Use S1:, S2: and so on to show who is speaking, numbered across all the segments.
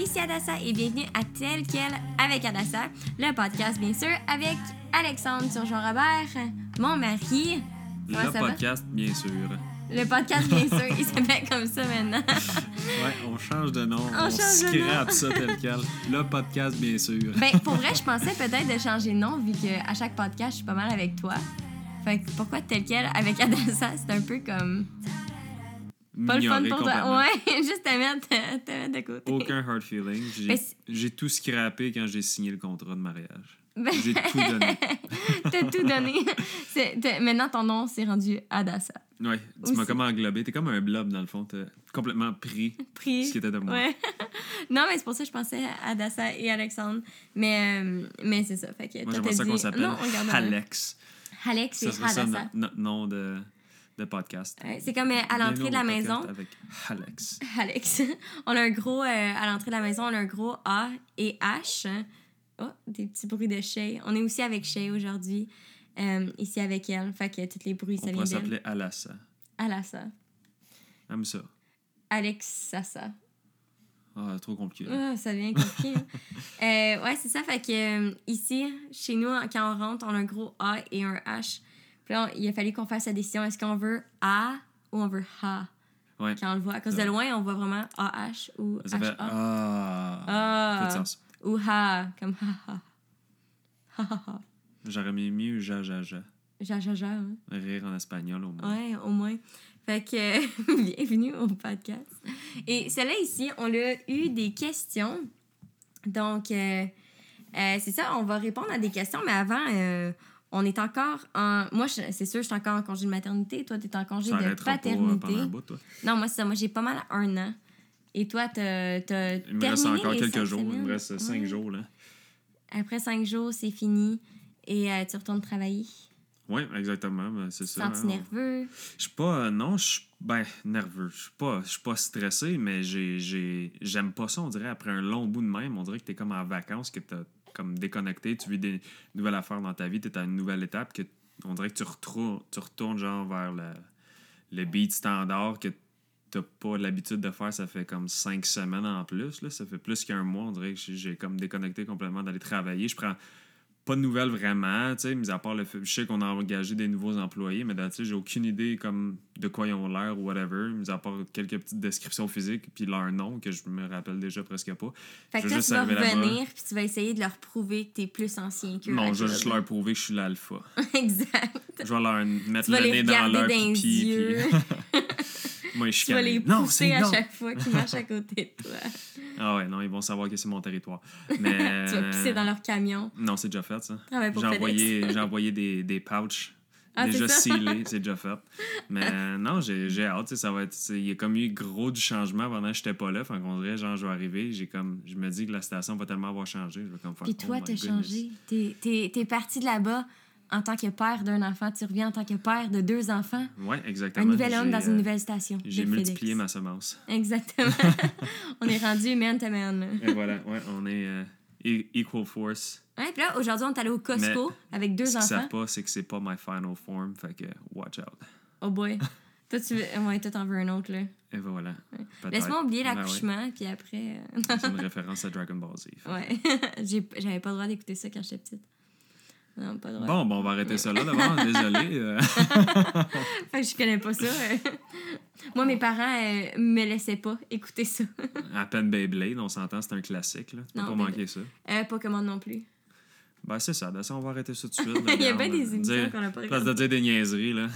S1: ici Adassa et bienvenue à Tel Quel avec Adassa, le podcast bien sûr avec Alexandre Turgeon-Robert, mon mari.
S2: Le podcast, bien sûr.
S1: Le podcast, bien sûr, il s'appelle comme ça maintenant.
S2: Ouais, on change de nom, on scrape ça tel quel. Le podcast, bien sûr.
S1: Ben, pour vrai, je pensais peut-être de changer de nom vu qu'à chaque podcast, je suis pas mal avec toi. Fait que pourquoi Tel Quel avec Adassa, c'est un peu comme... Pas le fun pour toi. Ouais, juste te mettre de côté.
S2: Aucun hard feeling. J'ai tout scrappé quand j'ai signé le contrat de mariage. J'ai tout donné.
S1: T'as tout donné. Maintenant, ton nom s'est rendu Adassa.
S2: Ouais, tu m'as comme englobé. T'es comme un blob, dans le fond. T'as complètement pris ce qui était de moi.
S1: Ouais. Non, mais c'est pour ça que je pensais à Adassa et Alexandre. Mais c'est ça. Fait que
S2: moi, j'aimerais ça qu'on s'appelle Alex.
S1: Alex et Adassa.
S2: Ça serait notre nom de podcast.
S1: C'est comme à l'entrée de la maison.
S2: Avec Alex.
S1: Alex. On a un gros... à l'entrée de la maison, on a un gros A et H. Oh, des petits bruits de Shay. On est aussi avec Shay aujourd'hui. Ici avec elle. Fait que tous les bruits, ça vient d'elle.
S2: On pourrait s'appeler Alassa.
S1: Alassa.
S2: J'aime ça.
S1: Alex Sassa.
S2: Ah, trop compliqué.
S1: Ah, ça devient compliqué. Ouais, c'est ça. Fait que ici, chez nous, quand on rentre, on a un gros A et un H. Puis là, il a fallu qu'on fasse la décision. Est-ce qu'on veut A ou on veut Ha?
S2: Ouais.
S1: Quand on le voit. À cause de loin, on voit vraiment A-H ou
S2: ça fait
S1: H-A.
S2: Pas de sens.
S1: Ou Ha, comme Ha-Ha. Ha-Ha-Ha.
S2: J'aurais mis mieux ja-ja-ja.
S1: Ja-ja-ja, hein?
S2: Rire en espagnol, au moins.
S1: Ouais, au moins. Fait que, bienvenue au podcast. Et celle-là ici, on a eu des questions. Donc, c'est ça, on va répondre à des questions, mais avant... on est encore en... Moi, c'est sûr, je suis encore en congé de maternité. Toi, tu es en congé de paternité.
S2: Pas pendant un bout, toi.
S1: Non, moi, c'est ça. Moi, j'ai pas mal 1 an. Et toi, t'as
S2: il me reste encore quelques jours. Il me reste 5 jours, là.
S1: Après 5 jours, c'est fini. Et tu retournes travailler.
S2: Oui, exactement. C'est ça.
S1: Sens-tu nerveux?
S2: Je suis pas... non, je suis... nerveux. Je suis pas stressé, mais j'aime pas ça, on dirait. Après un long bout de même, on dirait que t'es comme en vacances, que t'as comme déconnecté, tu vis des nouvelles affaires dans ta vie, tu es à une nouvelle étape, que on dirait que tu retournes genre vers le beat standard que t'as pas l'habitude de faire, ça fait comme 5 semaines en plus, là. Ça fait plus qu'un mois, on dirait que j'ai comme déconnecté complètement d'aller travailler. Je prends pas de nouvelles vraiment, tu sais, mis à part le fait, je sais qu'on a engagé des nouveaux employés, mais tu sais, j'ai aucune idée comme de quoi ils ont l'air ou whatever, mis à part quelques petites descriptions physiques puis leur nom que je me rappelle déjà presque pas.
S1: Fait que toi, tu vas revenir puis tu vas essayer de leur prouver que t'es plus ancien qu'eux.
S2: Non, je vais juste leur prouver que je suis l'alpha.
S1: Exact.
S2: Je vais leur mettre le nez dans leur pipi. Puis... moi,
S1: tu vas les pousser à chaque fois qu'ils marchent à côté de toi.
S2: Ah ouais, non, ils vont savoir que c'est mon territoire. Mais,
S1: tu vas pisser dans leur camion.
S2: Non, c'est déjà fait, ça.
S1: J'ai
S2: envoyé des pouches déjà
S1: c'est
S2: scellés, c'est déjà fait. Mais non, j'ai hâte, ça va être... Il y a comme eu gros du changement pendant que j'étais pas là. Fait qu'on dirait, genre, je vais arriver, je me dis que la station va tellement avoir changé. Je vais comme faire...
S1: Puis toi, t'as changé. T'es parti de là-bas en tant que père d'un enfant, tu reviens en tant que père de 2 enfants.
S2: Oui, exactement.
S1: Un nouvel homme dans une nouvelle station.
S2: J'ai multiplié ma semence.
S1: Exactement. On est rendu man to man.
S2: Et voilà, ouais, on est equal force.
S1: Ouais, puis là, aujourd'hui, on est allé au Costco avec 2 enfants.
S2: Ce qu'ils savent pas, c'est que c'est pas my final form, fait que watch out.
S1: Oh boy. Toi, toi, t'en veux un autre, là.
S2: Et voilà.
S1: Ouais. Laisse-moi oublier l'accouchement, puis après...
S2: c'est une référence à Dragon Ball Z.
S1: Ouais. J'avais pas le droit d'écouter ça quand j'étais petite. Non, pas droit.
S2: Bon, on va arrêter ça là d'abord. Désolé.
S1: Fait que je connais pas ça. Moi, mes parents me laissaient pas écouter ça.
S2: À peine Beyblade, on s'entend, c'est un classique. Là. Tu peux pas manquer ça.
S1: Pokémon non plus.
S2: Ben, c'est ça. On va arrêter ça tout de suite. Là,
S1: il y a bien des émissions qu'on a pas regardées.
S2: Place de dire des niaiseries, là.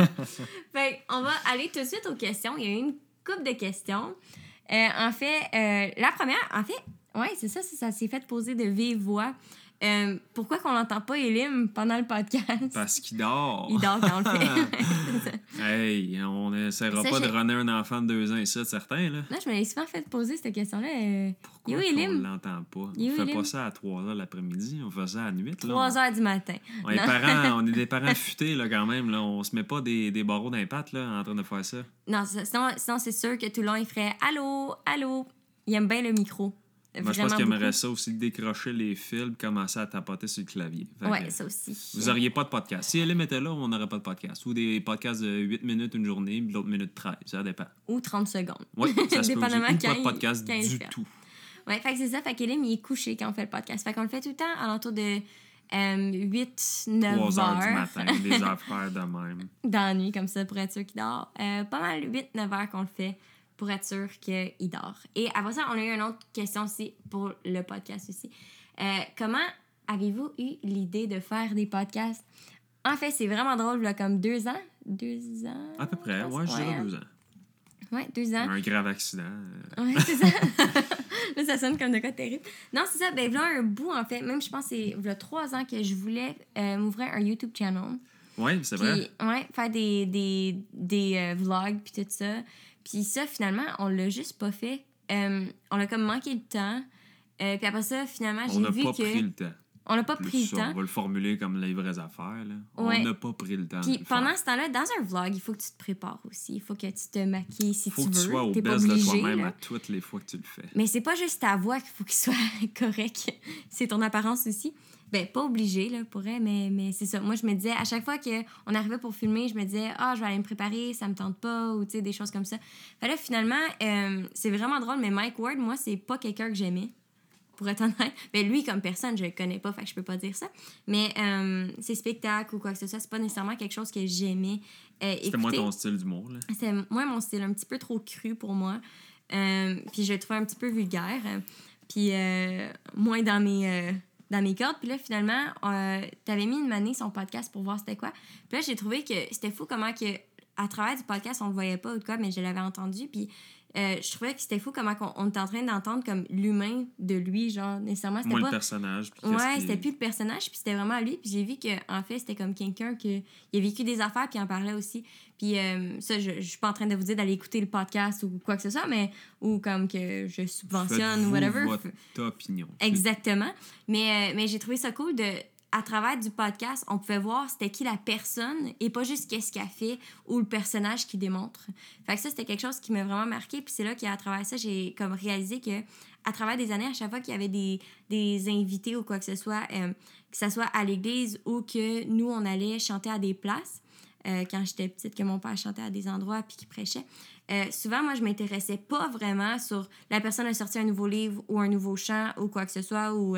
S1: Fait on va aller tout de suite aux questions. Il y a eu une couple de questions. En fait, la première... En fait, ouais, c'est ça. Ça s'est fait poser de vive voix. Pourquoi qu'on n'entend pas Elim pendant le podcast?
S2: Parce qu'il dort.
S1: Il dort quand on le fait.
S2: Hey, on n'essaiera pas de runner un enfant de 2 ans ici, certain, là.
S1: Non, je me l'ai souvent fait poser cette question-là.
S2: Pourquoi on l'entend pas? On fait pas ça à 3h l'après-midi, on fait ça à nuit.
S1: 3h du matin.
S2: On est des parents futés, là, quand même. Là. On se met pas des barreaux d'impact, là, en train de faire ça.
S1: Non, sinon c'est sûr que tout le long, il ferait « Allô, allô ». Il aime bien le micro.
S2: Moi, je pense qu'il aimerait ça aussi, décrocher les fils et commencer à tapoter sur le clavier.
S1: Oui, ça aussi.
S2: Vous n'auriez pas de podcast. Si Elim était là, on n'aurait pas de podcast. Ou des podcasts de 8 minutes une journée, puis l'autre minute 13. Ça dépend.
S1: Ou 30 secondes.
S2: Oui, ça se peut aussi. Ou pas de podcast
S1: du
S2: tout.
S1: Ouais, fait que c'est ça. Fait qu'Elim, il est couché quand on fait le podcast. Fait qu'on le fait tout le temps à l'entour de 8-9
S2: 3 heures du
S1: heures.
S2: matin, des affaires de même.
S1: Dans la nuit, comme ça, pour être sûr qu'il dort. Pas mal 8-9 heures qu'on le fait pour être sûr qu'il dort. Et après ça, on a eu une autre question aussi pour le podcast aussi. Comment avez-vous eu l'idée de faire des podcasts? En fait, c'est vraiment drôle, là, comme 2 ans. 2 ans?
S2: À peu près, ouais, je dirais 2 ans.
S1: Ouais, 2 ans.
S2: Un grave accident.
S1: Ouais, c'est ça. Là, ça sonne comme de quoi terrible. Non, c'est ça. Ben, voilà un bout, en fait. Même, je pense que c'est voilà 3 ans que je voulais m'ouvrir un YouTube channel.
S2: Oui, c'est vrai.
S1: Ouais, faire des vlogs, puis tout ça. Puis ça, finalement, on l'a juste pas fait. On a comme manqué de temps. Puis après ça, finalement, j'ai vu que...
S2: On n'a pas pris le temps.
S1: On n'a pas pris le temps.
S2: On va le formuler comme les vraies affaires. Là.
S1: Ouais.
S2: On n'a pas pris le temps.
S1: Puis pendant ce temps-là, dans un vlog, il faut que tu te prépares aussi. Il faut que tu te maquilles si tu veux.
S2: Faut que tu sois au
S1: T'es pas
S2: best de
S1: obligé,
S2: toi-même
S1: là.
S2: à toutes les fois que tu le fais.
S1: Mais c'est pas juste ta voix qu'il faut qu'il soit correct. C'est ton apparence aussi. Ben, pas obligé, là, pour elle, mais c'est ça. Moi, je me disais, à chaque fois qu'on arrivait pour filmer, je me disais, je vais aller me préparer, ça me tente pas, ou tu sais, des choses comme ça. Fait là, finalement, c'est vraiment drôle, mais Mike Ward, moi, c'est pas quelqu'un que j'aimais. Pour être honnête. Ben, lui, comme personne, je le connais pas, fait que je peux pas dire ça. Mais ses spectacles ou quoi que ce soit, c'est pas nécessairement quelque chose que j'aimais.
S2: C'était moins ton style d'humour, là.
S1: C'est moins mon style, un petit peu trop cru pour moi. Puis je le trouvais un petit peu vulgaire. Puis moins dans mes cordes. Puis là, finalement, t'avais mis une année son podcast pour voir c'était quoi. Puis là, j'ai trouvé que c'était fou comment que à travers du podcast, on le voyait pas ou quoi, mais je l'avais entendu. Puis je trouvais que c'était fou comment on était en train d'entendre comme l'humain de lui, genre, nécessairement. C'était
S2: moi,
S1: pas...
S2: le personnage.
S1: Ouais, c'était plus le personnage, puis c'était vraiment lui. Puis j'ai vu qu'en fait, c'était comme quelqu'un qui a vécu des affaires, puis il en parlait aussi. Puis ça, je suis pas en train de vous dire d'aller écouter le podcast ou quoi que ce soit, mais... Ou comme que je subventionne ou whatever.
S2: Votre opinion.
S1: Exactement. Mais j'ai trouvé ça cool de... À travers du podcast, on pouvait voir c'était qui la personne et pas juste qu'est-ce qu'elle fait ou le personnage qui démontre. Fait que ça, c'était quelque chose qui m'a vraiment marqué. Puis c'est là qu'à travers ça, j'ai comme réalisé que à travers des années, à chaque fois qu'il y avait des invités ou quoi que ce soit à l'église ou que nous, on allait chanter à des places, quand j'étais petite, que mon père chantait à des endroits puis qu'il prêchait, souvent, moi, je m'intéressais pas vraiment sur la personne a sorti un nouveau livre ou un nouveau chant ou quoi que ce soit ou...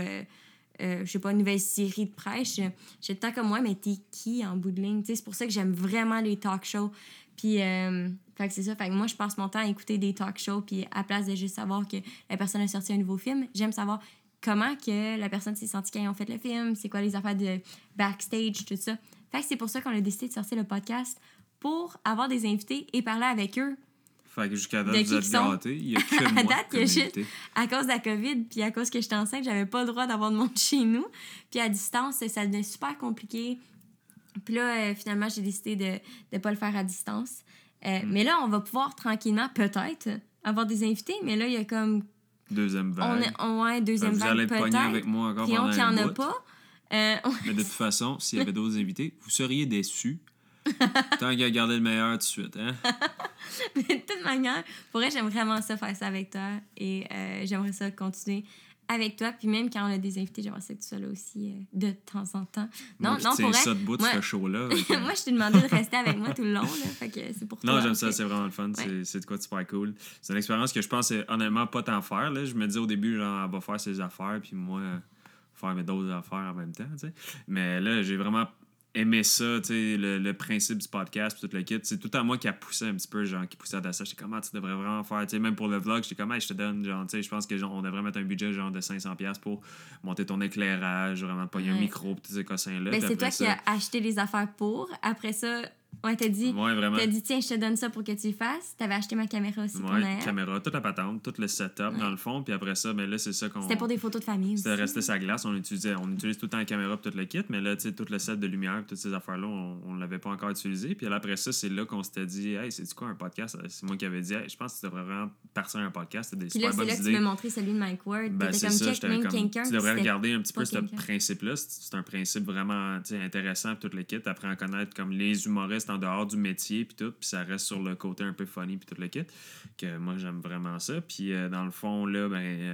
S1: je sais pas, une nouvelle série de prêche. J'ai le temps comme moi, mais t'es qui en bout de ligne? T'sais, c'est pour ça que j'aime vraiment les talk shows. Puis, fait que c'est ça. Fait que moi, je passe mon temps à écouter des talk shows. Puis, à place de juste savoir que la personne a sorti un nouveau film, j'aime savoir comment que la personne s'est sentie quand ils ont fait le film, c'est quoi les affaires de backstage, tout ça. Fait que c'est pour ça qu'on a décidé de sortir le podcast pour avoir des invités et parler avec eux.
S2: Fait que jusqu'à date, vous êtes gâtés. Il y a que moi
S1: à date,
S2: comme invité.
S1: À cause de la COVID, puis à cause que j'étais enceinte, j'avais pas le droit d'avoir de monde chez nous. Puis à distance, ça devenait super compliqué. Puis là, finalement, j'ai décidé de ne pas le faire à distance. Mais là, on va pouvoir tranquillement, peut-être, avoir des invités. Mais là, il y a comme...
S2: Deuxième vague.
S1: Deuxième
S2: vous
S1: vague,
S2: allez être
S1: peut-être.
S2: pogné avec moi encore
S1: Puis
S2: pendant
S1: qu'il y en
S2: un
S1: a
S2: bout.
S1: pas.
S2: Mais de toute façon, s'il y avait d'autres invités, vous seriez déçus. Tant qu'il a gardé le meilleur tout de suite, hein?
S1: Mais de toute manière, pour vrai, j'aime vraiment ça faire ça avec toi. Et j'aimerais ça continuer avec toi. Puis même quand on a des invités, j'aimerais ça que tu sois là aussi de temps en temps. Non,
S2: pour vrai.
S1: ça
S2: debout de ce show-là.
S1: Moi, je t'ai demandé de rester avec moi tout le long. Là, fait que c'est pour toi.
S2: Non, j'aime ça. C'est vraiment le fun. Ouais. C'est de quoi de super cool. C'est une expérience que je pense, honnêtement, pas tant faire. Là. Je me dis au début, genre, elle va faire ses affaires. Puis moi, faire mes d'autres affaires en même temps. T'sais. Mais là, j'ai vraiment aimé ça, tu sais, le principe du podcast, puis tout le kit. C'est tout à moi qui a poussé un petit peu, genre, qui poussait à ça. J'étais comme, tu devrais vraiment faire, tu sais, même pour le vlog, j'étais comme, je te donne, genre, tu sais, je pense que genre, on devrait mettre un budget, genre, de 500$ pour monter ton éclairage, vraiment pogner un micro, puis tous ces cossins-là.
S1: Ben, c'est toi qui as acheté les affaires pour. Après ça, t'as dit, tiens, je te donne ça pour que tu le fasses. T'avais acheté ma caméra aussi pour Noël.
S2: Caméra, toute la patente, tout le setup dans le fond. Puis après ça, ben là, c'est ça qu'on...
S1: C'était pour des photos de famille aussi.
S2: C'était resté sa glace. On utilise tout le temps la caméra puis tout le kit. Mais là, tu sais, tout le set de lumière toutes ces affaires-là, on l'avait pas encore utilisé. Puis après ça, c'est là qu'on s'était dit, hey, c'est quoi un podcast? C'est moi qui avais dit, hey, je pense que tu devrais vraiment partir un podcast. C'était des super bonnes idées.
S1: Puis là, c'est là que tu m'as montré celui de Mike Ward.
S2: Ben, c'est
S1: comme
S2: ça, j'étais comme,
S1: quelqu'un
S2: tu devrais regarder un petit peu ce
S1: quelqu'un.
S2: principe-là. C'est un principe vraiment intéressant puis tout le kit. Après, en connaître comme les humoristes en dehors du métier puis tout, puis ça reste sur le côté un peu funny puis tout le kit, que moi j'aime vraiment ça. Puis dans le fond, là,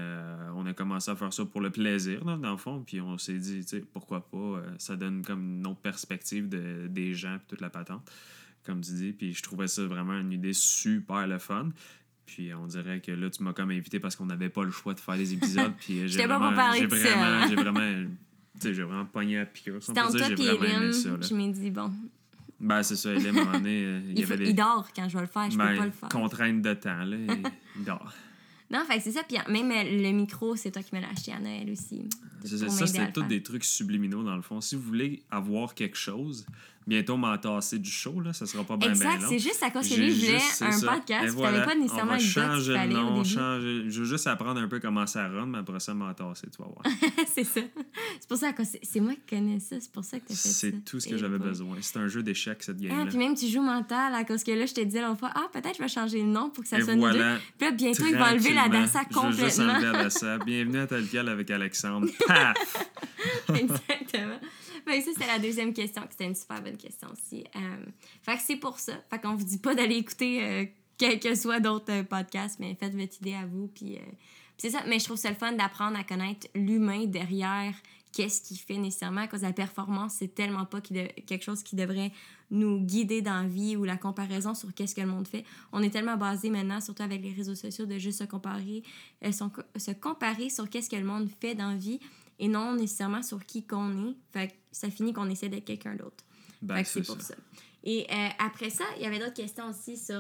S2: on a commencé à faire ça pour le plaisir, dans le fond, puis on s'est dit, tu sais, pourquoi pas, ça donne comme une autre perspective des gens puis toute la patente, comme tu dis, puis je trouvais ça vraiment une idée super le fun. Puis on dirait que là, tu m'as comme invité parce qu'on n'avait pas le choix de faire des épisodes. Puis
S1: J'étais pas pour parler de ça.
S2: j'ai vraiment pogné à piqûre.
S1: C'était entre toi et Hélène, je m'ai dit, bon...
S2: Ben, c'est ça, Hélène, à un moment donné,
S1: il dort quand je vais le faire, je peux pas le faire.
S2: Contrainte de temps, là, il dort.
S1: Non, fait que c'est ça. Puis même le micro, c'est toi qui me l'as acheté à Noël aussi.
S2: Ça, c'était tous des trucs subliminaux, dans le fond. Si vous voulez avoir quelque chose, bientôt m'entasser du show, là, ça sera pas bien long.
S1: Exact, c'est juste à cause que lui, je voulais un podcast, tu n'avais pas nécessairement le gars qu'il fallait au début.
S2: Je veux juste apprendre un peu comment ça run, mais après ça, m'entasser, tu vas voir.
S1: C'est ça. C'est pour ça que c'est moi qui connais ça, c'est pour ça que tu as fait ça.
S2: C'est tout ce que j'avais besoin. C'est un jeu d'échecs, cette game-là.
S1: Puis même, tu joues mental, à cause que là, je te disais l'autre fois, peut-être je vais changer le nom pour que ça sonne mieux. Puis là, bientôt, il va enlever la Dassa complètement.
S2: Je vais juste enlever la Dassa. Bienvenue à Talpial avec Alexandre. Paf!
S1: Exactement. Fait que ça, c'était la deuxième question, que c'était une super bonne question aussi. Fait que c'est pour ça. Fait qu'on vous dit pas d'aller écouter quel que soit d'autres podcasts, mais faites votre idée à vous. Puis c'est ça. Mais je trouve ça le fun d'apprendre à connaître l'humain derrière qu'est-ce qu'il fait nécessairement. À cause de la performance, c'est tellement pas quelque chose qui devrait nous guider dans la vie ou la comparaison sur qu'est-ce que le monde fait. On est tellement basé maintenant, surtout avec les réseaux sociaux, de juste se comparer sur qu'est-ce que le monde fait dans la vie et non nécessairement sur qui qu'on est. Fait que ça finit qu'on essaie d'être quelqu'un d'autre. Fait que c'est pour ça. Et après ça, il y avait d'autres questions aussi sur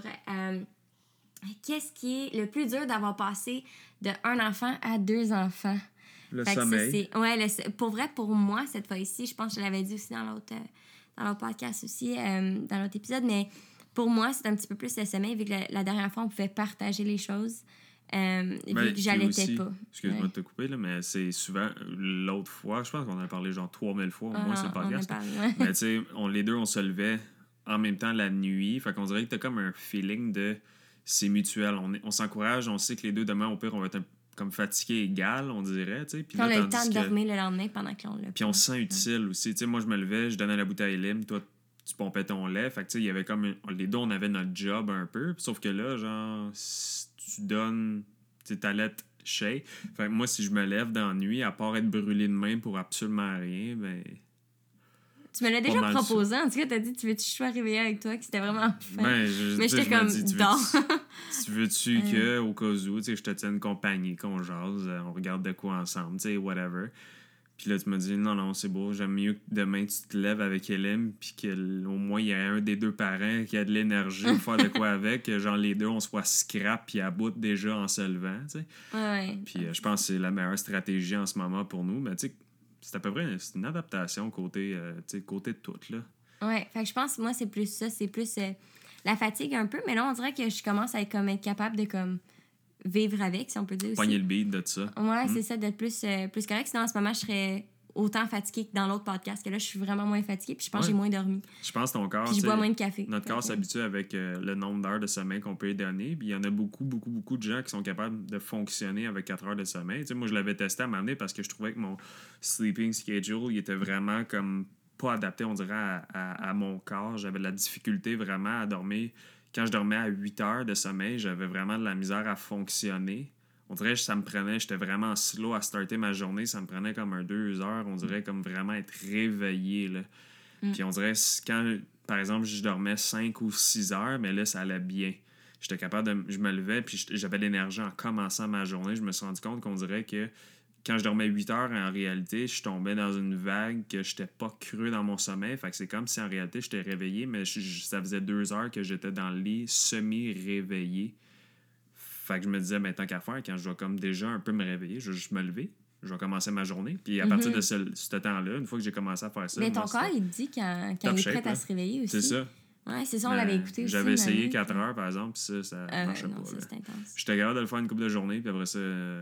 S1: qu'est-ce qui est le plus dur d'avoir passé de 1 enfant à 2 enfants.
S2: Le sommeil.
S1: Pour vrai, pour moi, cette fois-ci, je pense que je l'avais dit aussi dans l'autre podcast aussi, dans l'autre épisode, mais pour moi, c'est un petit peu plus le sommeil, vu que la dernière fois, on pouvait partager les choses. Vu que j'allaitais pas.
S2: Excuse-moi de te couper, là, mais c'est souvent l'autre fois, je pense qu'on en a parlé genre 3000 fois au moins sur le podcast. Mais tu sais, les deux, on se levait en même temps la nuit. Fait qu'on dirait que t'as comme un feeling de c'est mutuel. On s'encourage, on sait que les deux demain, au pire, on va être comme fatigués égal, on dirait. Puis
S1: on a le temps de dormir le lendemain pendant que l'on l'a.
S2: Puis on se sent utile aussi. Moi, je me levais, je donnais la bouteille lime, toi, tu pompais ton lait. Fait que il y avait comme les deux, on avait notre job un peu. Sauf que là, genre, tu donnes ta lettre shake. Fait que moi, si je me lève dans la nuit, à part être brûlé de main pour absolument rien, ben...
S1: Tu me l'as déjà proposé. En tout cas, t'as dit, tu veux-tu que je sois réveillée avec toi, que c'était vraiment fun. Mais j'étais comme, dors.
S2: Tu veux-tu que, au cas où, je te tienne compagnie, qu'on jase, on regarde de quoi ensemble, whatever. Puis là, tu me dis, non, c'est beau, j'aime mieux que demain, tu te lèves avec Hélène, puis qu'au moins, il y a un des deux parents qui a de l'énergie pour faire de quoi avec, que genre les deux, on soit scrap puis à bout déjà en se levant, tu sais.
S1: Ouais.
S2: Puis je pense que c'est la meilleure stratégie en ce moment pour nous, mais tu sais, c'est à peu près une adaptation côté de tout, là.
S1: Ouais, fait que je pense que moi, c'est plus ça, c'est plus la fatigue un peu, mais là, on dirait que je commence à être capable de comme vivre avec, si on peut dire aussi.
S2: Pogner le beat de ça.
S1: Ouais, c'est ça, d'être plus correct. Sinon, en ce moment, je serais autant fatiguée que dans l'autre podcast, que là, je suis vraiment moins fatiguée, puis je pense que j'ai moins dormi.
S2: Je pense que ton corps...
S1: Puis je bois moins de café.
S2: Notre corps s'habitue avec le nombre d'heures de sommeil qu'on peut lui donner, puis il y en a beaucoup, beaucoup, beaucoup de gens qui sont capables de fonctionner avec 4 heures de sommeil. Moi, je l'avais testé à m'amener parce que je trouvais que mon sleeping schedule, il était vraiment comme pas adapté, on dirait, à mon corps. J'avais de la difficulté vraiment à dormir. Quand je dormais à 8 heures de sommeil, j'avais vraiment de la misère à fonctionner. On dirait que ça me prenait, j'étais vraiment slow à starter ma journée. Ça me prenait comme 2 heures, on dirait comme vraiment être réveillé, là. Puis on dirait, quand, par exemple, je dormais 5 ou 6 heures, mais là, ça allait bien. J'étais capable je me levais, puis j'avais de l'énergie en commençant ma journée. Je me suis rendu compte qu'on dirait que quand je dormais 8 heures, en réalité, je tombais dans une vague que j'étais pas creux dans mon sommeil. Fait que c'est comme si, en réalité, j'étais réveillé, mais ça faisait 2 heures que j'étais dans le lit, semi-réveillé. Fait que je me disais, tant qu'à faire, quand je dois comme déjà un peu me réveiller, je vais juste me lever, je vais commencer ma journée. Puis à partir de ce temps-là, une fois que j'ai commencé à faire ça...
S1: Mais ton corps, il te dit quand il est prêt à se réveiller aussi.
S2: C'est ça.
S1: Ouais, c'est ça, on l'avait écouté aussi.
S2: J'avais essayé 4 heures, par exemple, puis ça marchait
S1: non,
S2: pas.
S1: Ça, c'est intense.
S2: J'étais capable de le faire une couple de journées, puis après ça,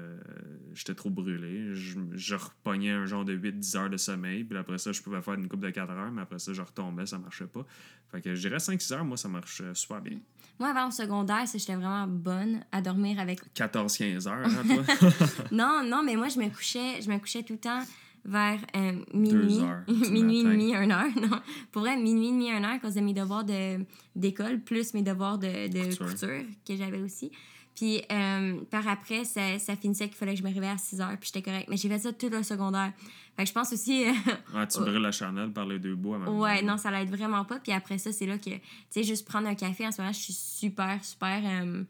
S2: j'étais trop brûlé. Je repognais un genre de 8-10 heures de sommeil, puis après ça, je pouvais faire une couple de 4 heures, mais après ça, je retombais, ça marchait pas. Fait que je dirais 5-6 heures, moi, ça marche super bien.
S1: Moi, avant au secondaire, j'étais vraiment bonne à dormir avec...
S2: 14-15 heures, hein, toi?
S1: non, mais moi, je me couchais tout le temps vers minuit.
S2: 2 heures.
S1: Minuit et demi, 1 heure. Non, pour vrai, minuit et demi, 1 heure, à cause de mes devoirs d'école, plus mes devoirs de couture que j'avais aussi. Puis par après, ça finissait qu'il fallait que je me réveille à 6 heures, puis j'étais correcte. Mais j'ai fait ça tout le secondaire. Fait que je pense aussi...
S2: tu brûles la chandelle par les deux bouts.
S1: Ouais, non, ça l'aide vraiment pas. Puis après ça, c'est là que, tu sais, juste prendre un café, en ce moment, je suis super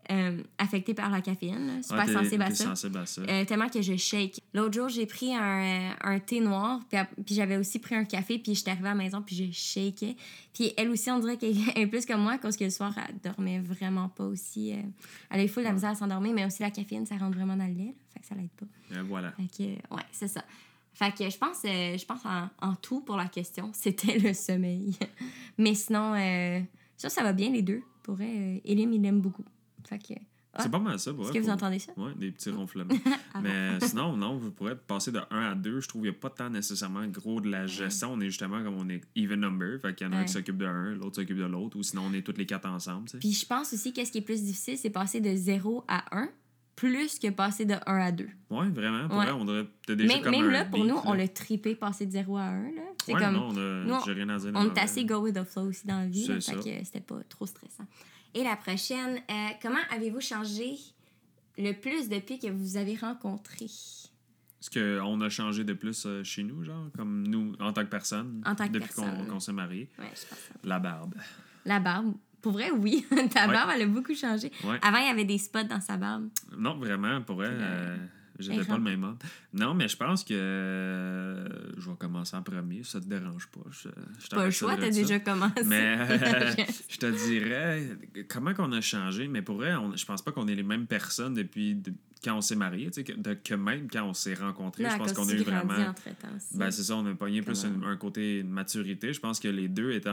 S1: affectée par la caféine, là, super sensible à ça.
S2: Sensible à ça.
S1: Tellement que je shake. L'autre jour, j'ai pris un thé noir, puis j'avais aussi pris un café, puis j'étais arrivée à la maison, puis je shakais. Puis elle aussi, on dirait qu'elle est plus comme moi, parce que le soir, elle dormait vraiment pas aussi. Elle avait full la misère à s'endormir, mais aussi la caféine, ça rentre vraiment dans le lait, là, fait que ça l'aide pas.
S2: Voilà.
S1: Fait que, ouais, c'est ça. Fait que je pense en tout pour la question, c'était le sommeil. Mais sinon, ça va bien les deux. Pour vrai, Elim, il l'aime beaucoup. Fait que...
S2: C'est pas mal ça.
S1: Est-ce que vous entendez ça?
S2: Oui, des petits ronflements. Mais sinon, non, vous pourrez passer de 1 à 2. Je trouve qu'il n'y a pas tant nécessairement gros de la gestion. On est justement comme on est even number. Fait qu'il y en a un qui s'occupe de un, l'autre s'occupe de l'autre. Ou sinon, on est tous les 4 ensemble. T'sais.
S1: Puis je pense aussi qu'est-ce qui est plus difficile, c'est passer de 0 à 1 plus que passer de 1 à 2.
S2: Oui, vraiment. Pour vrai, on devrait déjà
S1: même,
S2: comme
S1: même
S2: un
S1: là, pour
S2: beat,
S1: nous,
S2: là.
S1: on l'a trippé passer de 0 à 1. Là. C'est
S2: ouais,
S1: comme,
S2: non, j'ai rien à dire.
S1: On est assez go with the flow aussi dans la vie.
S2: C'est
S1: Là,
S2: ça.
S1: fait que c'était pas trop stressant. Et la prochaine, comment avez-vous changé le plus depuis que vous avez rencontré?
S2: Est-ce qu'on a changé de plus chez nous, genre, comme nous, en tant que personne, depuis qu'on s'est mariés?
S1: Oui, je pense ça.
S2: La barbe.
S1: La barbe. Pour vrai, oui. Ta barbe, elle a beaucoup changé.
S2: Ouais.
S1: Avant, il y avait des spots dans sa barbe.
S2: Non, vraiment, pour vrai, j'étais pas le même homme. Non, mais je pense que je vais commencer en premier, si ça te dérange pas.
S1: Pas le choix, t'as déjà commencé.
S2: Mais je te dirais, comment qu'on a changé, mais pour vrai, je pense pas qu'on est les mêmes personnes depuis quand on s'est mariés, que même quand on s'est rencontrés.
S1: Non,
S2: je pense qu'on a eu vraiment...
S1: entre-temps aussi.
S2: Ben, c'est ça, on a pogné plus un côté de maturité. Je pense que les deux étant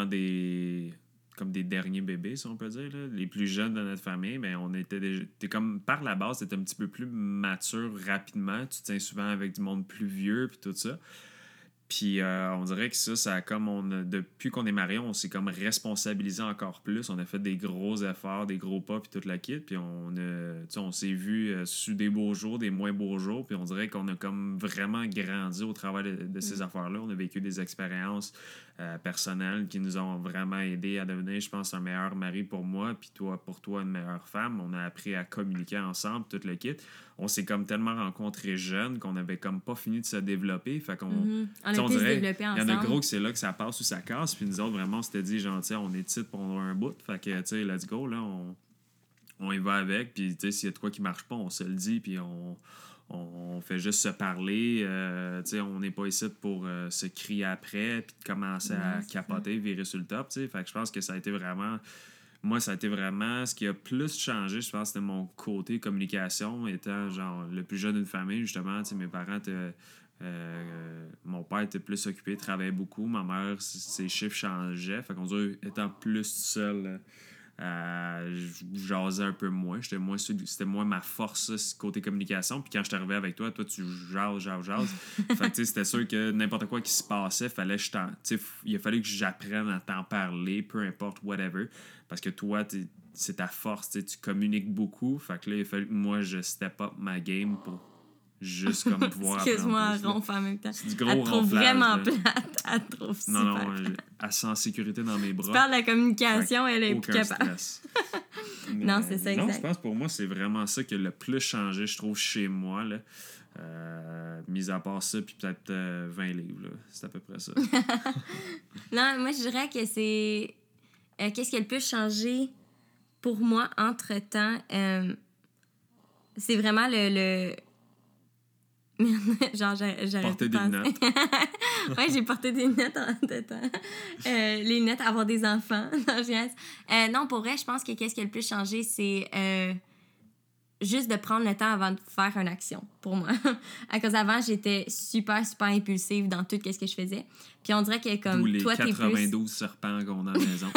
S2: comme des derniers bébés, si on peut dire, là, les plus jeunes de notre famille, mais on était déjà... T'es comme, par la base, t'es un petit peu plus mature rapidement. Tu te tiens souvent avec du monde plus vieux, puis tout ça. Puis on dirait que ça depuis qu'on est mariés, on s'est comme responsabilisé encore plus. On a fait des gros efforts, des gros pas, puis toute la kit. Puis on s'est vu sous des beaux jours, des moins beaux jours. Puis on dirait qu'on a comme vraiment grandi au travers de ces affaires-là. On a vécu des expériences personnelles qui nous ont vraiment aidés à devenir, je pense, un meilleur mari pour moi, puis pour toi, une meilleure femme. On a appris à communiquer ensemble, toute le kit. On s'est comme tellement rencontrés jeunes qu'on avait comme pas fini de se développer. Fait qu'on...
S1: On dirait, il y
S2: en a gros que c'est là que ça passe ou ça casse. Puis nous autres, vraiment, on s'était dit, genre, on est titre pour un bout. Fait que, tu sais, let's go, là, on y va avec. Puis, tu sais, s'il y a de quoi qui marche pas, on se le dit. Puis on fait juste se parler. Tu sais, on n'est pas ici pour se crier après. Puis de commencer à capoter, virer sur le top, tu sais. Fait que je pense que ça a été vraiment... Moi, ça a été vraiment... Ce qui a plus changé, je pense, c'était mon côté communication. Étant, genre, le plus jeune d'une famille, justement, tu sais, mes parents étaient... mon père était plus occupé, travaillait beaucoup. Ma mère, ses chiffres changeaient. Fait qu'on dirait, étant plus seul, je jasais un peu moins. C'était moins ma force, ce côté communication. Puis quand je suis arrivé avec toi, tu jases. Fait que c'était sûr que n'importe quoi qui se passait, il a fallu que j'apprenne à t'en parler, peu importe, whatever. Parce que toi, c'est ta force, tu communiques beaucoup. Fait que là, il a fallu que moi, je step up ma game pour juste comme pouvoir
S1: Excuse-moi, ronfle en même temps.
S2: C'est du gros
S1: elle te trouve
S2: ronflage,
S1: vraiment
S2: là.
S1: plate. Elle te trouve super
S2: Non,
S1: plate.
S2: elle sent en sécurité dans mes bras.
S1: Tu parles de la communication, elle est plus
S2: Aucun
S1: capable.
S2: stress.
S1: Non, c'est ça, exact.
S2: Non, je pense pour moi, c'est vraiment ça qui a le plus changé, je trouve, chez moi. Là. Mis à part ça, puis peut-être 20 livres. Là. C'est à peu près ça.
S1: Non, moi, je dirais que c'est... qu'est-ce qui a le plus changé pour moi entre-temps? C'est vraiment le... Genre, j'arrête
S2: Porter
S1: de
S2: des lunettes.
S1: Ouais, j'ai porté des lunettes en deux temps. Les lunettes, avoir des enfants. Non, non, pour vrai, je pense que qu'est-ce qui a le plus changé, c'est juste de prendre le temps avant de faire une action, pour moi. À cause d'avant, j'étais super, super impulsive dans tout ce que je faisais. Puis on dirait que comme
S2: D'où les
S1: toi, t'es
S2: 92 serpents qu'on a à la maison.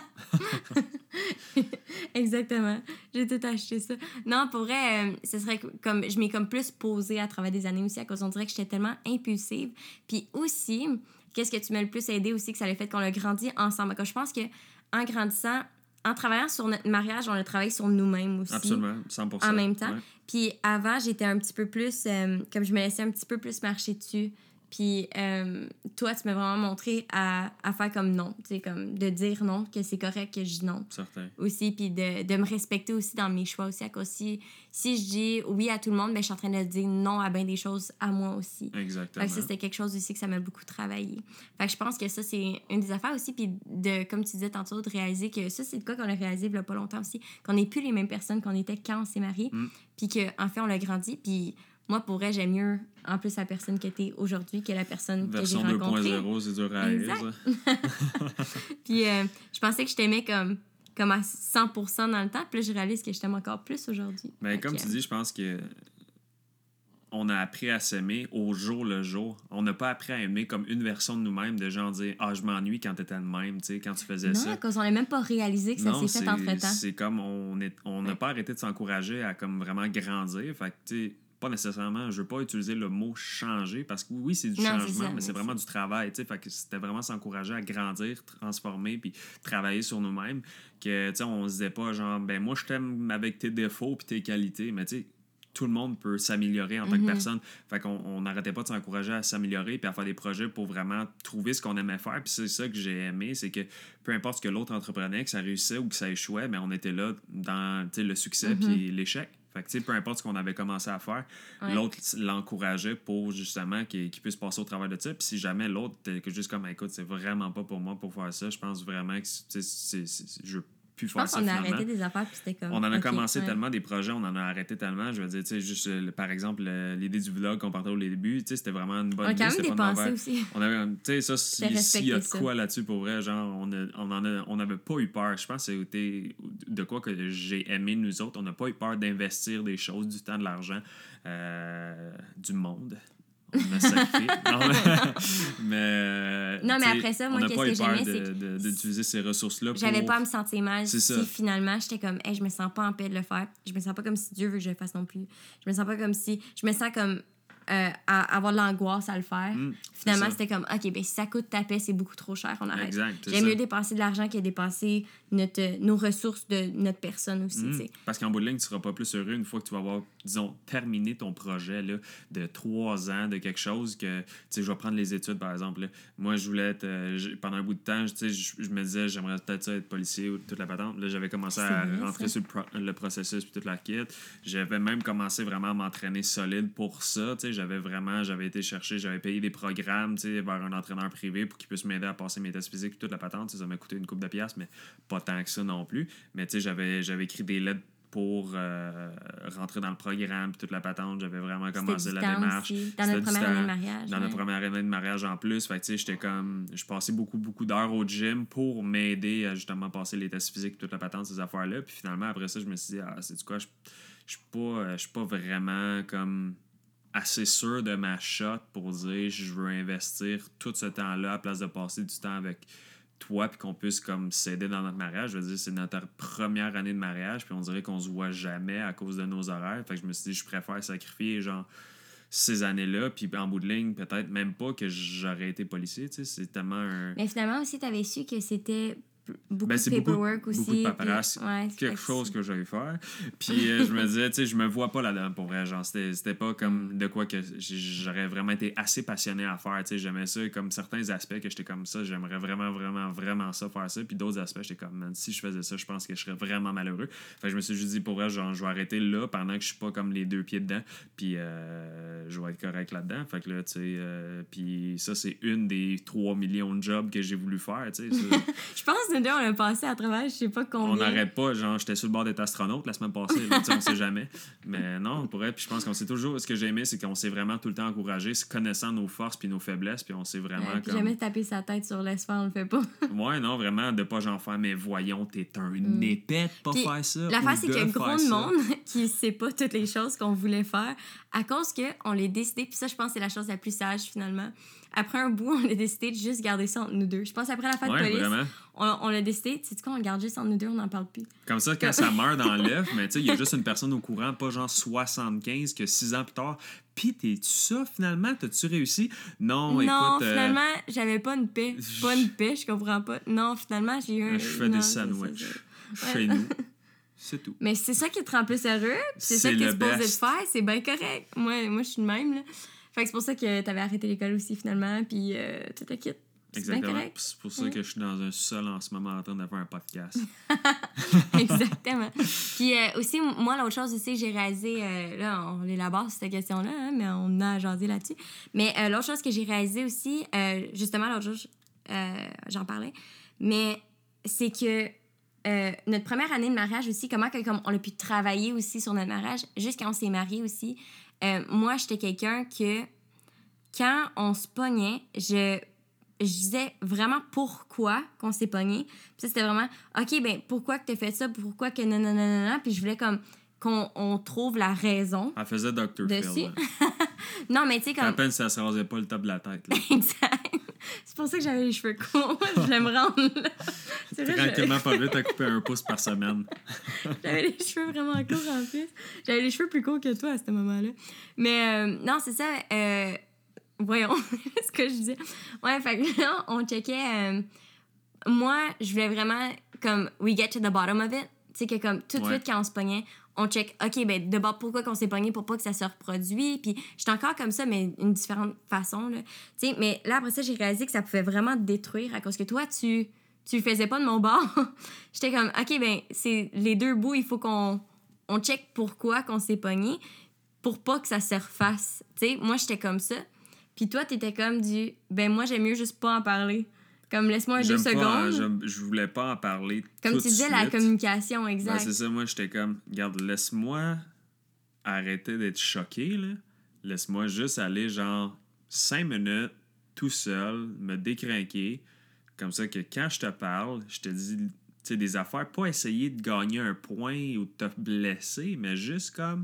S1: Exactement. J'ai tout acheté ça. Non, pour vrai, ce serait comme... Je m'ai comme plus posée à travers des années aussi, à cause on dirait que j'étais tellement impulsive. Puis aussi, qu'est-ce que tu m'as le plus aidé aussi, que ça a fait qu'on a grandi ensemble. Je pense que en grandissant, en travaillant sur notre mariage, on a travaillé sur nous-mêmes aussi.
S2: Absolument, 100%.
S1: En même temps.
S2: Ouais.
S1: Puis avant, j'étais un petit peu plus... comme je me laissais un petit peu plus marcher dessus Puis toi, tu m'as vraiment montré à faire comme non. Tu sais, comme de dire non, que c'est correct que je dis non.
S2: Certain.
S1: Aussi, puis de me respecter aussi dans mes choix aussi. À cause si je dis oui à tout le monde, ben, je suis en train de dire non à bien des choses à moi aussi.
S2: Exactement.
S1: Fait que ça, c'était quelque chose aussi que ça m'a beaucoup travaillé. Fait que je pense que ça, c'est une des affaires aussi. Puis de, comme tu disais tantôt, de réaliser que ça, c'est de quoi qu'on a réalisé il y a pas longtemps aussi. Qu'on n'est plus les mêmes personnes qu'on était quand on s'est mariés. Puis qu'en fait, on l'a grandi. Puis moi, pour vrai, j'aime mieux, en plus, la personne que t'es aujourd'hui que la personne
S2: Version
S1: que j'ai rencontrée.
S2: Version 2.0, c'est dur à haïr,
S1: Puis je pensais que je t'aimais comme à 100% dans le temps. Puis là, je réalise que je t'aime encore plus aujourd'hui.
S2: Mais comme tu dis, je pense que on a appris à s'aimer au jour le jour. On n'a pas appris à aimer comme une version de nous-mêmes, de genre dire « Ah, je m'ennuie quand t'étais de même, tu sais, quand tu faisais ça. »
S1: Non, parce qu'on n'a même pas réalisé que ça s'est fait entre-temps.
S2: C'est comme on n'a pas arrêté de s'encourager à comme vraiment grandir. Fait que, tu sais, pas nécessairement, je veux pas utiliser le mot changer parce que oui, c'est du changement, mais c'est vraiment du travail, tu sais. Fait que c'était vraiment s'encourager à grandir, transformer, puis travailler sur nous-mêmes. Que, tu sais, on se disait pas genre, ben moi, je t'aime avec tes défauts puis tes qualités, mais tu sais, tout le monde peut s'améliorer en tant que personne. Fait qu'on n'arrêtait pas de s'encourager à s'améliorer puis à faire des projets pour vraiment trouver ce qu'on aimait faire. Puis c'est ça que j'ai aimé, c'est que peu importe ce que l'autre entreprenait, que ça réussissait ou que ça échouait, mais on était là dans le succès puis l'échec. Fait que, peu importe ce qu'on avait commencé à faire, l'autre l'encourageait pour justement qu'il puisse passer au travers de ça. Puis si jamais l'autre était juste comme, écoute, c'est vraiment pas pour moi pour faire ça, je pense vraiment que je pu faire ça.
S1: On a arrêté des affaires, puis c'était comme.
S2: On en a commencé tellement des projets, on en a arrêté tellement. Je veux dire, tu sais, juste par exemple, l'idée du vlog qu'on partait au début, tu sais, c'était vraiment une bonne idée.
S1: On a quand même dépensé aussi.
S2: On avait, tu sais, ça, s'il y a de quoi là-dessus pour vrai, genre, on n'avait pas eu peur. Je pense que c'était de quoi que j'ai aimé nous autres. On n'a pas eu peur d'investir des choses, du temps, de l'argent, du monde. On a sacrifié.
S1: Non, mais après ça, moi, qu'est-ce que j'aimais, c'est
S2: d'utiliser ces ressources-là.
S1: J'avais pas à me sentir mal si finalement j'étais comme, hey, je me sens pas en paix de le faire. Je me sens pas comme si Dieu veut que je le fasse non plus. Je me sens pas comme si. Je me sens comme à avoir de l'angoisse à le faire. Finalement, c'était comme, OK, ben si ça coûte ta paix, c'est beaucoup trop cher, on arrête. J'aime mieux dépenser de l'argent que dépenser nos ressources de notre personne aussi.
S2: Parce qu'en bout de ligne, tu seras pas plus heureux une fois que tu vas avoir, disons, terminé ton projet là, de 3 ans, de quelque chose que, tu sais, je vais prendre les études, par exemple. Là. Moi, je voulais être, pendant un bout de temps, tu sais, je me disais, j'aimerais peut-être ça être policier ou toute la patente. Là, j'avais commencé à rentrer sur le processus puis toute la kit. J'avais même commencé vraiment à m'entraîner solide pour ça, tu sais, j'avais été chercher, j'avais payé des programmes, tu sais, vers un entraîneur privé pour qu'il puisse m'aider à passer mes tests physiques puis toute la patente. Ça m'a coûté une couple de piastres, mais pas tant que ça non plus. Mais tu sais, j'avais écrit des lettres pour rentrer dans le programme puis toute la patente. J'avais vraiment commencé la démarche.
S1: Dans notre première année de mariage.
S2: Dans notre première année de mariage en plus. Fait que tu sais, j'étais comme... Je passais beaucoup d'heures au gym pour m'aider à justement passer les tests physiques puis toute la patente, ces affaires-là. Puis finalement, après ça, je me suis dit, c'est quoi, je suis pas vraiment comme assez sûr de ma shot pour dire je veux investir tout ce temps-là à place de passer du temps avec toi puis qu'on puisse comme s'aider dans notre mariage. Je veux dire, c'est notre première année de mariage puis on dirait qu'on se voit jamais à cause de nos horaires. Fait que je me suis dit, je préfère sacrifier genre ces années-là puis en bout de ligne, peut-être même pas que j'aurais été policier, tu sais, c'est tellement un...
S1: Mais finalement aussi, t'avais su que c'était beaucoup de paperwork aussi.
S2: Beaucoup de paperasse. Quelque chose que j'allais faire. Puis je me disais, tu sais, je me vois pas là-dedans pour vrai. Genre, c'était pas comme de quoi que j'aurais vraiment été assez passionné à faire. Tu sais, j'aimais ça comme certains aspects que j'étais comme ça. J'aimerais vraiment ça, faire ça. Puis d'autres aspects, j'étais comme, man, si je faisais ça, je pense que je serais vraiment malheureux. Fait que je me suis juste dit, pour vrai, genre, je vais arrêter là pendant que je suis pas comme les 2 pieds dedans. Puis je vais être correct là-dedans. Fait que là, tu sais, puis ça, c'est une des 3 millions de jobs que j'ai voulu faire, tu sais.
S1: Je pense que on a passé à travers, je sais pas combien.
S2: On n'arrête pas, genre, j'étais sur le bord d'être astronaute la semaine passée, là, on sait jamais. Mais non, on pourrait, puis je pense qu'on s'est toujours, ce que j'ai aimé, c'est qu'on s'est vraiment tout le temps encouragé, connaissant nos forces puis nos faiblesses, puis on s'est vraiment
S1: puis jamais taper sa tête sur l'espace, on le fait pas.
S2: Ouais, non, vraiment, de pas genre faire, mais voyons, t'es un épais de pas faire ça.
S1: L'affaire, c'est qu'il y a gros de monde qui sait pas toutes les choses qu'on voulait faire à cause qu'on l'a décidé, puis ça, je pense que c'est la chose la plus sage, finalement. Après un bout, on a décidé de juste garder ça entre nous deux. Je pense après la fête de police, on a décidé, tu sais quoi, on le garde juste entre nous deux, on n'en parle plus.
S2: Comme ça, quand ça meurt dans l'œuf, mais tu sais, il y a juste une personne au courant, pas genre 75, que 6 ans plus tard. Pis t'es-tu ça, finalement? T'as-tu réussi? Non, écoute...
S1: Non, finalement, j'avais pas une paix. Pas une paix, je comprends pas. Non, finalement, j'ai eu un...
S2: Je fais des sandwichs. Chez nous. C'est tout.
S1: Mais c'est ça qui te rend plus heureux. C'est ça que t'es supposé de faire. C'est bien correct. Moi, je suis de même, là. Fait que c'est pour ça que t'avais arrêté l'école aussi, finalement, puis tu te quittes.
S2: Exactement. C'est pour ça que je suis dans un sol en ce moment en train de faire un podcast.
S1: Exactement. Puis aussi, moi, l'autre chose aussi, j'ai réalisé, là, on élabore cette question-là, hein, mais on a jasé là-dessus. Mais l'autre chose que j'ai réalisé aussi, justement, l'autre jour, j'en parlais, mais c'est que notre première année de mariage aussi, comme on a pu travailler aussi sur notre mariage, juste quand on s'est mariés aussi, moi, j'étais quelqu'un que, quand on se pognait, je disais vraiment pourquoi qu'on s'est pogné. Puis ça, c'était vraiment, OK, ben pourquoi que t'as fait ça? Pourquoi que non. Puis je voulais comme qu'on trouve la raison.
S2: Elle faisait Dr. Phil.
S1: Non, mais tu sais, comme...
S2: À peine ça se rasait pas le top de la tête. Là.
S1: Exact. C'est pour ça que j'avais les cheveux courts. Je voulais me rendre là. C'est vrai,
S2: tranquillement pas vite à couper 1 pouce par semaine.
S1: J'avais les cheveux vraiment courts en plus. J'avais les cheveux plus courts que toi à ce moment-là. Mais non, c'est ça... Voyons ce que je disais. Ouais, fait que là, on checkait. Moi, je voulais vraiment, comme, we get to the bottom of it. Tu sais, que comme, tout de suite, quand on se pognait, on check, OK, ben, d'abord, pourquoi qu'on s'est pogné pour pas que ça se reproduise. Puis j'étais encore comme ça, mais d'une différente façon, là. Tu sais, mais là, après ça, j'ai réalisé que ça pouvait vraiment te détruire à cause que toi, tu le faisais pas de mon bord. J'étais comme, OK, ben, c'est les deux bouts, il faut qu'on check pourquoi qu'on s'est pogné pour pas que ça se refasse. Tu sais, moi, j'étais comme ça. Puis toi, t'étais comme ben moi, j'aime mieux juste pas en parler. Comme, laisse-moi 2 secondes.
S2: Je voulais pas en parler
S1: comme
S2: tout
S1: tu disais,
S2: de
S1: la
S2: suite.
S1: communication, exact.
S2: Ben, c'est ça, moi, j'étais comme, regarde, laisse-moi arrêter d'être choqué, là. Laisse-moi juste aller, genre, 5 minutes, tout seul, me décrinquer. Comme ça que quand je te parle, je te dis, tu sais, des affaires, pas essayer de gagner un point ou de te blesser, mais juste comme...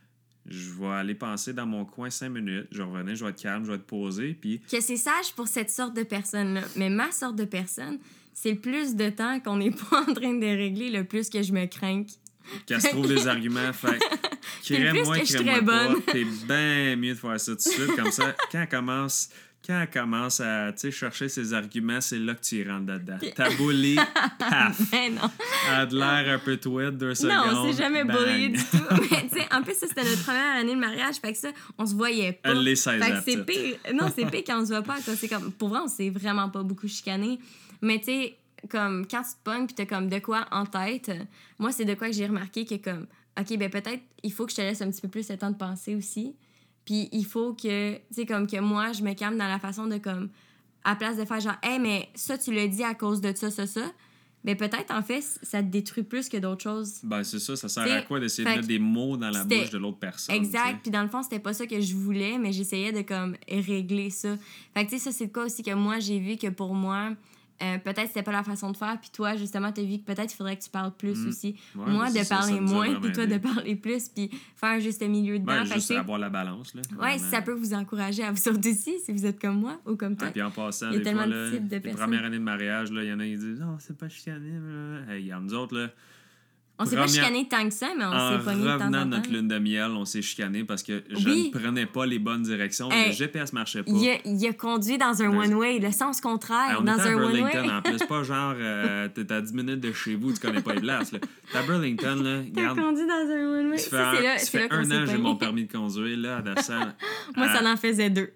S2: Je vais aller penser dans mon coin 5 minutes. Je vais revenir, je vais être calme, je vais être posé. Puis...
S1: Que c'est sage pour cette sorte de personne-là. Mais ma sorte de personne, c'est le plus de temps qu'on n'est pas en train de régler, le plus que je me crains.
S2: Qu'elle se trouve des arguments. Fait crée-moi, crée-moi pas. T'es bien mieux de faire ça tout de suite. Comme ça, quand elle commence à chercher ses arguments, c'est là que tu y rentres dedans. T'as bully, paf!
S1: Ben non.
S2: Elle a de l'air un peu tweet, 2 secondes.
S1: Non, on s'est jamais
S2: bang.
S1: bullié du tout. Mais tu sais, en plus, ça, c'était notre première année de mariage. Fait que ça, on se voyait pas.
S2: Elle les 16
S1: Fait
S2: ans.
S1: que c'est pire. Non, c'est pire quand on se voit pas. C'est comme, pour vrai, on s'est vraiment pas beaucoup chicané. Mais tu sais, comme quand tu te pognes pis t'as comme de quoi en tête, moi, c'est de quoi que j'ai remarqué que comme, OK, ben peut-être, il faut que je te laisse un petit peu plus le temps de penser aussi. Puis il faut que, tu sais, comme que moi, je me calme dans la façon de comme, à place de faire genre, hey, mais ça, tu l'as dit à cause de ça. Ben peut-être, en fait, ça te détruit plus que d'autres choses.
S2: Ben c'est ça sert à quoi d'essayer de mettre des mots dans la bouche de l'autre personne?
S1: Exact. Puis dans le fond, c'était pas ça que je voulais, mais j'essayais de comme régler ça. Fait que tu sais, ça, c'est de quoi aussi que moi, j'ai vu que pour moi, peut-être c'était pas la façon de faire. Puis toi, justement, t'as vu que peut-être il faudrait que tu parles plus aussi.
S2: Ouais,
S1: moi, de parler moins, puis toi,
S2: aidé.
S1: de parler plus, puis faire un juste milieu dedans.
S2: Ben, juste avoir la balance, là.
S1: Ouais, si ça peut vous encourager à vous sortir aussi, si vous êtes comme moi ou comme toi.
S2: Puis en passant,
S1: il y a
S2: des
S1: tellement
S2: fois,
S1: de
S2: là,
S1: types de
S2: les
S1: personnes.
S2: premières années de mariage, il y en a qui disent « Non, c'est pas chicané. » Hey, regarde, nous autres, là...
S1: On s'est pas chicané tant que ça, mais on s'est pogné de temps en temps.
S2: En revenant de notre lune de miel, on s'est chicané parce que je ne prenais pas les bonnes directions. Le GPS marchait pas.
S1: Il a conduit dans un one-way, le sens contraire,
S2: on
S1: dans
S2: était
S1: un one-way.
S2: à Burlington, en plus. Pas genre, t'es à 10 minutes de chez vous, tu connais pas les places. Là. T'es à Burlington, là, regarde.
S1: T'as conduit dans un one-way.
S2: Ça fait un an que j'ai mon permis de conduire, là, à Dassan.
S1: Moi, ça en faisait 2.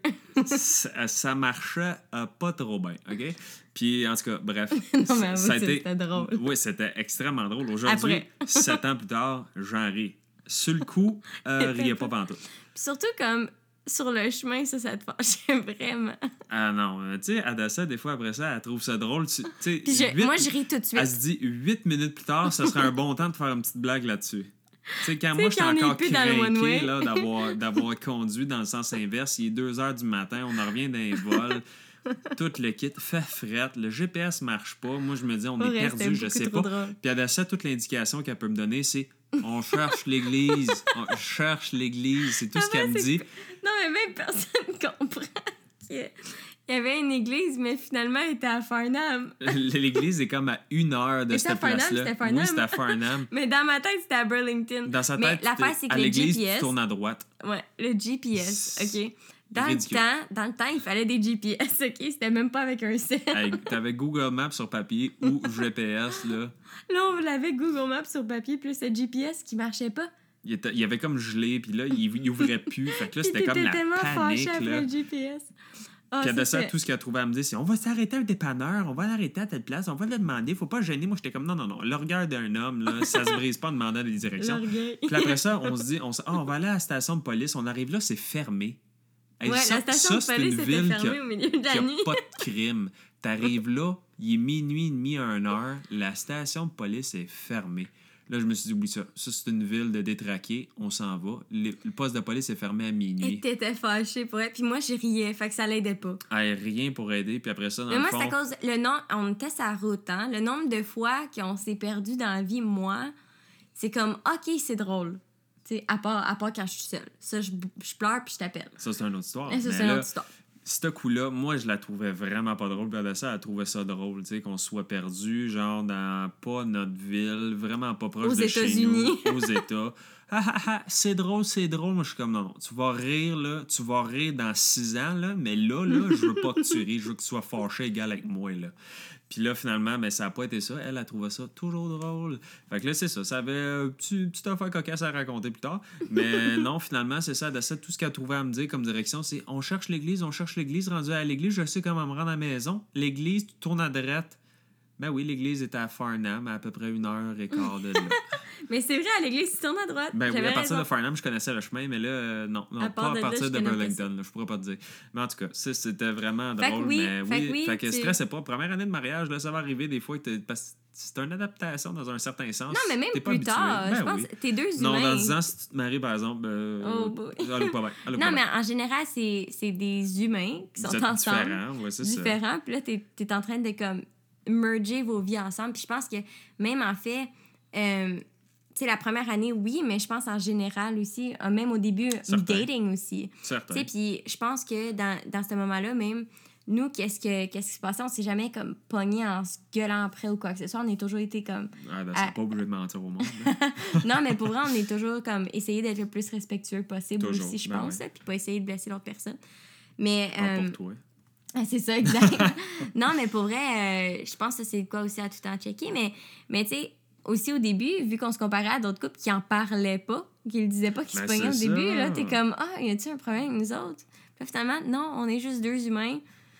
S2: ça marchait pas trop bien, OK? Puis, en tout cas, bref.
S1: Non, mais c'était drôle.
S2: Oui, c'était extrêmement drôle. Aujourd'hui, 7 ans plus tard, j'en ris. Sur le coup, riais pas pantoute.
S1: Puis surtout, comme, sur le chemin, ça te fâchait vraiment.
S2: Ah non, tu sais, Adassa, des fois, après ça, elle trouve ça drôle.
S1: Moi, je ris tout de suite.
S2: Elle se dit, 8 minutes plus tard, ça serait un bon temps de faire une petite blague là-dessus. Tu sais, quand moi, j'étais encore craqué là, d'avoir conduit dans le sens inverse, il est 2 heures du matin, on en revient d'un vol, tout le kit fait frette, le GPS marche pas. Moi, je me dis, on est perdu, je sais pas.
S1: Drôle.
S2: Puis Adassa, toute l'indication qu'elle peut me donner, c'est on cherche l'église, c'est tout ce qu'elle me dit.
S1: Non, mais même personne comprend qu'il y avait une église, mais finalement, elle était à Farnham.
S2: L'église est comme à 1 heure de cette place-là. Oui, c'était à Farnham.
S1: Mais dans ma tête, c'était à Burlington.
S2: Dans sa tête,
S1: c'est que
S2: à l'église, tu tournes à droite.
S1: Ouais, le GPS, OK. Dans le temps, il fallait des GPS, OK? C'était même pas avec un sel.
S2: Hey, t'avais Google Maps sur papier ou GPS, là.
S1: Là, on l'avait Google Maps sur papier, plus le GPS qui marchait pas.
S2: il avait comme gelé, puis là, il ouvrait plus. Fait que là, c'était comme la
S1: tellement
S2: panique.
S1: fâché après
S2: Là.
S1: le GPS.
S2: Puis après ça, tout ce qu'il a trouvé à me dire, c'est on va s'arrêter à un dépanneur, on va l'arrêter à telle place, on va le demander, faut pas gêner. Moi, j'étais comme non, l'orgueil d'un homme, là, ça se brise pas en demandant des directions.
S1: L'orgueil.
S2: Puis après ça, on se dit, on va aller à la station de police, on arrive là, c'est fermé.
S1: Ouais, la station de police était fermée au milieu de la nuit.
S2: Il n'y a pas de crime. T'arrives là, il est minuit et demi, 1h, la station de police est fermée. Là, je me suis dit, oublie ça. Ça, c'est une ville de détraqués. On s'en va. Le poste de police est fermé à minuit.
S1: Et t'étais fâchée pour elle. Puis moi, j'ai riais. Fait que ça l'aidait pas.
S2: Rien pour aider. Puis après ça, dans
S1: mais
S2: le
S1: moi,
S2: fond...
S1: c'est à cause... On était sur la route, hein. Le nombre de fois qu'on s'est perdu dans la vie, moi, c'est comme, OK, c'est drôle. Tu sais, à part quand je suis seule. Ça, je pleure puis je t'appelle.
S2: Ça, c'est une autre histoire.
S1: Et ça, c'est une autre histoire.
S2: Ce coup-là, moi, je la trouvais vraiment pas drôle. Puis après ça, elle trouvait ça drôle, tu sais, qu'on soit perdu, genre, dans pas notre ville, vraiment pas proche de chez nous, aux États. C'est drôle. Moi, je suis comme, non, tu vas rire, là, dans 6 ans, là, mais là, je veux pas que tu ris, je veux que tu sois fâché égal avec moi, là. Puis là, finalement, mais ça n'a pas été ça. Elle a trouvé ça toujours drôle. Fait que là, c'est ça. Ça avait une petite affaire cocasse à raconter plus tard. Mais non, finalement, c'est ça. De ça, tout ce qu'elle a trouvé à me dire comme direction, c'est on cherche l'église. Rendu à l'église, je sais comment me rendre à la maison. L'église, tu tournes à droite. Ben oui, l'église était à Farnham, à peu près 1h15 de là.
S1: Mais c'est vrai, à l'église, tu tournes à droite.
S2: Ben oui, à partir de Farnham, je connaissais le chemin, mais là, non, pas à partir de Burlington, là, je pourrais pas te dire. Mais en tout cas, ça, c'était vraiment drôle. Mais oui, fait que stressez pas. Première année de mariage, là, ça va arriver des fois que parce que c'est une adaptation dans un certain sens.
S1: Non, mais même
S2: t'es
S1: plus tard, je pense que t'es 2 humains.
S2: Non, dans 10 ans, si tu te maries, par exemple, ça allait pas bien.
S1: Non, mais en général, c'est des humains qui sont ensemble.
S2: Différents, ouais, c'est ça.
S1: Différents, puis là, t'es en train de, comme, merger vos vies ensemble. Puis je pense que même, en fait... tu sais, la première année, oui, mais je pense en général aussi, même au début, du dating aussi.
S2: Certain.
S1: Tu sais, puis je pense que dans ce moment-là, même, nous, qu'est-ce qui se passait? On s'est jamais comme pogné en se gueulant après ou quoi que ce soit. On a toujours été comme...
S2: c'est pas obligé de mentir au monde.
S1: Non, mais pour vrai, on est toujours comme essayer d'être le plus respectueux possible
S2: toujours.
S1: aussi, je pense, puis pas essayer de blesser l'autre personne. Mais...
S2: Pas pour toi.
S1: C'est ça, exact. Non, mais pour vrai, je pense que c'est quoi aussi à tout le temps checker. Mais tu sais, aussi au début, vu qu'on se comparait à d'autres couples qui en parlaient pas, qui le disaient pas, qui se pognaient au début, là, t'es comme, y a-tu un problème avec nous autres? Puis finalement, non, on est juste 2 humains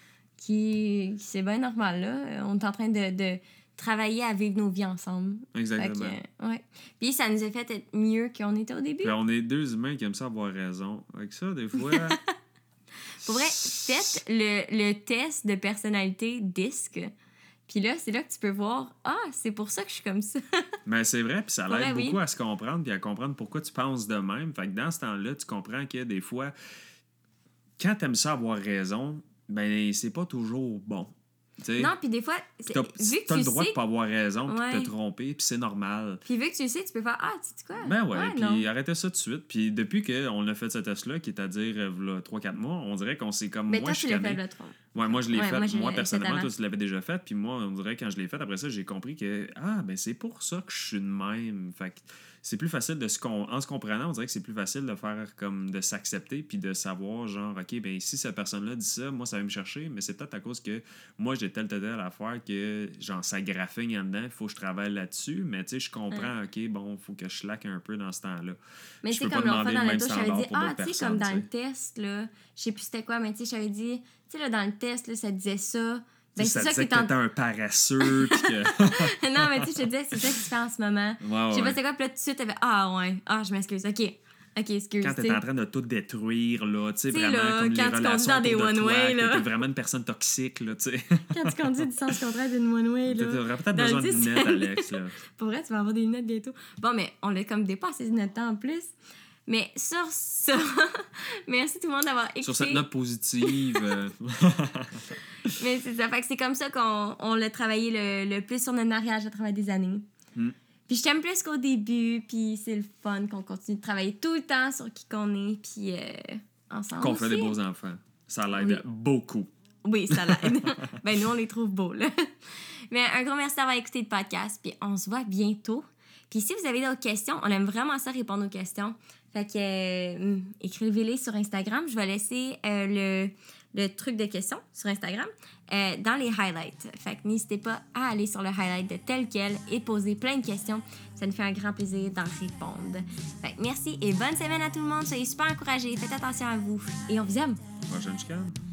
S1: qui c'est bien normal, là. On est en train de travailler à vivre nos vies ensemble.
S2: Exactement.
S1: Ouais. Puis ça nous a fait être mieux qu'on était au début.
S2: Puis on est 2 humains qui aiment ça avoir raison. Avec ça, des fois...
S1: Pour vrai, faites le test de personnalité DISC. Puis là, c'est là que tu peux voir, c'est pour ça que je suis comme ça.
S2: Mais c'est vrai, puis ça l'aide beaucoup à se comprendre, puis à comprendre pourquoi tu penses de même. Fait que dans ce temps-là, tu comprends que des fois, quand t'aimes ça avoir raison, ben c'est pas toujours bon. T'sais,
S1: non, puis des fois,
S2: vu que t'as le droit de pas avoir raison, puis de te tromper, puis c'est normal.
S1: Puis vu que tu le sais, tu peux faire tu sais quoi?
S2: Ben ouais, puis arrêtez ça tout de suite. Puis depuis qu'on a fait ce test-là, qui est à dire 3-4 mois, on dirait qu'on s'est comme
S1: moi je l'ai fait le 3.
S2: Ouais, moi je l'ai fait. Moi personnellement, toi tu l'avais déjà fait, puis moi on dirait quand je l'ai fait, après ça, j'ai compris que ben c'est pour ça que je suis de même. Fait que c'est plus facile en se comprenant, on dirait que c'est plus facile de faire comme de s'accepter puis de savoir genre OK, ben si cette personne-là dit ça, moi ça va me chercher, mais c'est peut-être à cause que moi j'ai telle affaire que genre ça graffigne en dedans, il faut que je travaille là-dessus, mais tu sais je comprends OK, bon, faut que je slack un peu dans ce temps-là.
S1: Mais c'est comme l'autre fois dans le test, j'avais dit tu sais comme dans le test là, je sais plus c'était quoi, mais tu sais j'avais dit tu sais là dans le test là, ça disait ça.
S2: Ben, ça disait que t'étais un paresseux. Que...
S1: non, mais tu sais, je te disais, c'est ça qui se fait en ce moment. Je sais pas c'est quoi, puis là, tout de suite, t'avais je m'excuse. OK, excuse.
S2: Quand t'es en train de tout détruire, là, tu sais, vraiment,
S1: là,
S2: comme
S1: quand
S2: les relations
S1: dans des one-way,
S2: là. T'es vraiment une personne toxique, là, tu sais.
S1: Quand tu conduis du sens contraire d'une one-way, là.
S2: T'aurais peut-être besoin de lunettes, Alex, là.
S1: Pour vrai, tu vas avoir des lunettes bientôt. Bon, mais on l'a comme dépassé notre temps en plus. Mais sur ça, merci tout le monde d'avoir écouté.
S2: Sur cette note positive.
S1: Mais c'est ça. Fait que c'est comme ça qu'on l'a travaillé le plus sur notre mariage à travers des années. Puis je t'aime plus qu'au début, puis c'est le fun qu'on continue de travailler tout le temps sur qui qu'on est, puis ensemble
S2: qu'on fait des beaux enfants. Ça l'aide beaucoup.
S1: Oui, ça l'aide. Ben nous, on les trouve beaux, là. Mais un gros merci d'avoir écouté le podcast, puis on se voit bientôt. Puis si vous avez d'autres questions, on aime vraiment ça répondre aux questions. Fait que écrivez-les sur Instagram. Je vais laisser le truc de questions sur Instagram dans les highlights. Fait que n'hésitez pas à aller sur le highlight de tel quel et poser plein de questions. Vous Ça nous fait un grand plaisir d'en répondre. Fait que merci et bonne semaine à tout le monde. Soyez super encouragés. Faites attention à vous. Et on vous aime.
S2: Prochaine chicane.